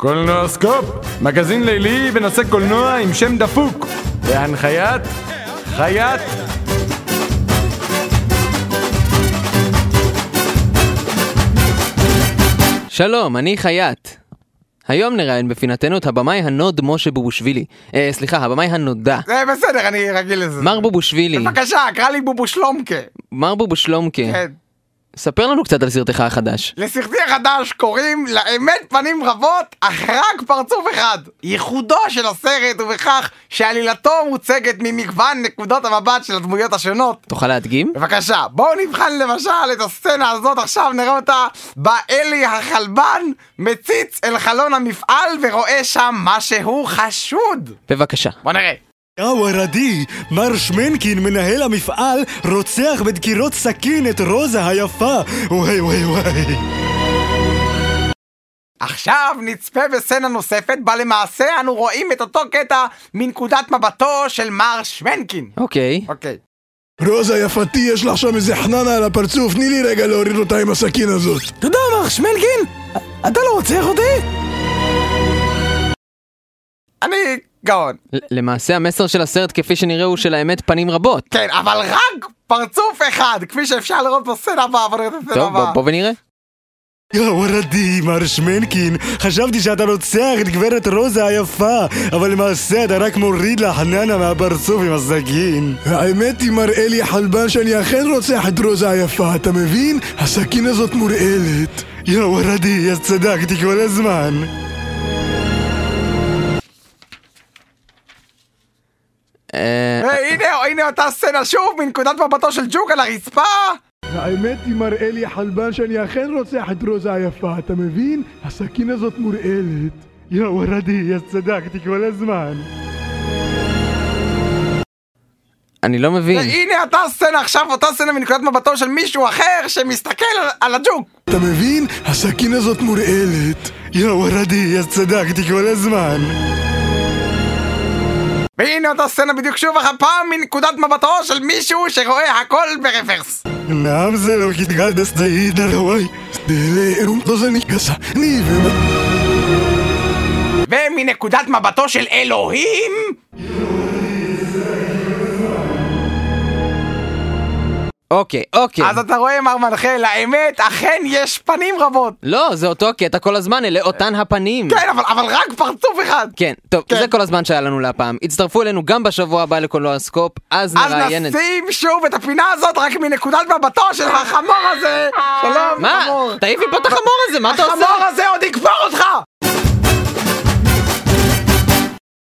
קולנועסקופ, מגזין לילי בנושא קולנוע עם שם דפוק, בהנחיית חייט. שלום, אני חייט. היום נראיין בפינתנו את הבמאי הנוד משה בובושווילי. הבמאי הנודע. זה בסדר, אני רגיל לזה. מר בובושווילי. בבקשה, קרא לי בובושלומקה. מר בובושלומקה. כן. ספר לנו קצת על סרטך החדש. לסרטי החדש קוראים לאמת פנים רבות, אך רק פרצוף אחד. ייחודו של הסרט הוא בכך שעלילתו מוצגת ממגוון נקודות המבט של הדמויות השונות. תוכל להדגים? בבקשה, בואו נבחן למשל את הסצנה הזאת, עכשיו נראה אותה, בה אלי החלבן מציץ אל חלון המפעל ורואה שם משהו חשוד. בבקשה. בוא נראה. וורדי, מר שמנקין מנהל המפעל רוצח בדקירות סכין את רוזה היפה. וואי וואי וואי. עכשיו נצפה בסצנה נוספת בה למעשה אנו רואים את אותו קטע מנקודת מבטו של מר שמנקין. אוקיי. רוזה יפתי, יש לך שם איזה חננה על הפרצוף, תני לי רגע להוריד אותה עם הסכין הזאת. תודה מר שמנקין, אתה לא רוצח אותי? אני גאון. למעשה המסר של הסרט כפי שנראה הוא של האמת פנים רבות. כן, אבל רק פרצוף אחד, כפי שאפשר לראות בסצנה הבאה. טוב, בוא ונראה. וורדי, מר שמנקין, חשבתי שאתה רוצח את גברת רוזה היפה, אבל למעשה אתה רק מוריד לה חננה מהפרצוף עם הסכין. האמת היא מר אלי החלבן שאני אכן רוצח את רוזה היפה, אתה מבין? הסכין הזאת מורעלת. וורדי, אז צדקתי כל הזמן. הנה אותה סצנה שוב מנקודת מבטו של ג'וק על הרצפה. האמת היא מר אלי החלבן שאני אכן רוצח את רוזה היפה, אתה מבין? הסכין הזאת מורעלת. וורדי, אז צדקתי כל הזמן. אני לא מבין. הנה אותה סצנה עכשיו, אותה סצנה מנקודת מבטו של מישהו אחר שמסתכל על הג'וק. אתה מבין? הסכין הזאת מורעלת. וורדי, אז צדקתי כל הזמן. והנה אותה סצנה בדיוק שוב הפעם מנקודת מבטו של מישהו שרואה הכל ברוורס. נעם זה לא כתגדס דעיד הלוואי דלה ארומתו זה נכסה ומנקודת מבטו של אלוהים אוקיי. אז אתה רואה מר מנחה, לאמת אכן יש פנים רבות. לא, זה אותו קטע כל הזמן, אלה אותן הפנים. כן, אבל רק פרצוף אחד. כן, טוב, זה כל הזמן שהיה לנו להפעם. הצטרפו אלינו גם בשבוע הבא לקולנועסקופ, אז נראיין את... אז נשים שוב את הפינה הזאת רק מנקודת מבטו של החמור הזה. שלום, מה? חמור. תעיף לי פה את החמור הזה, מה אתה עושה? החמור הזה עוד יקבור אותך!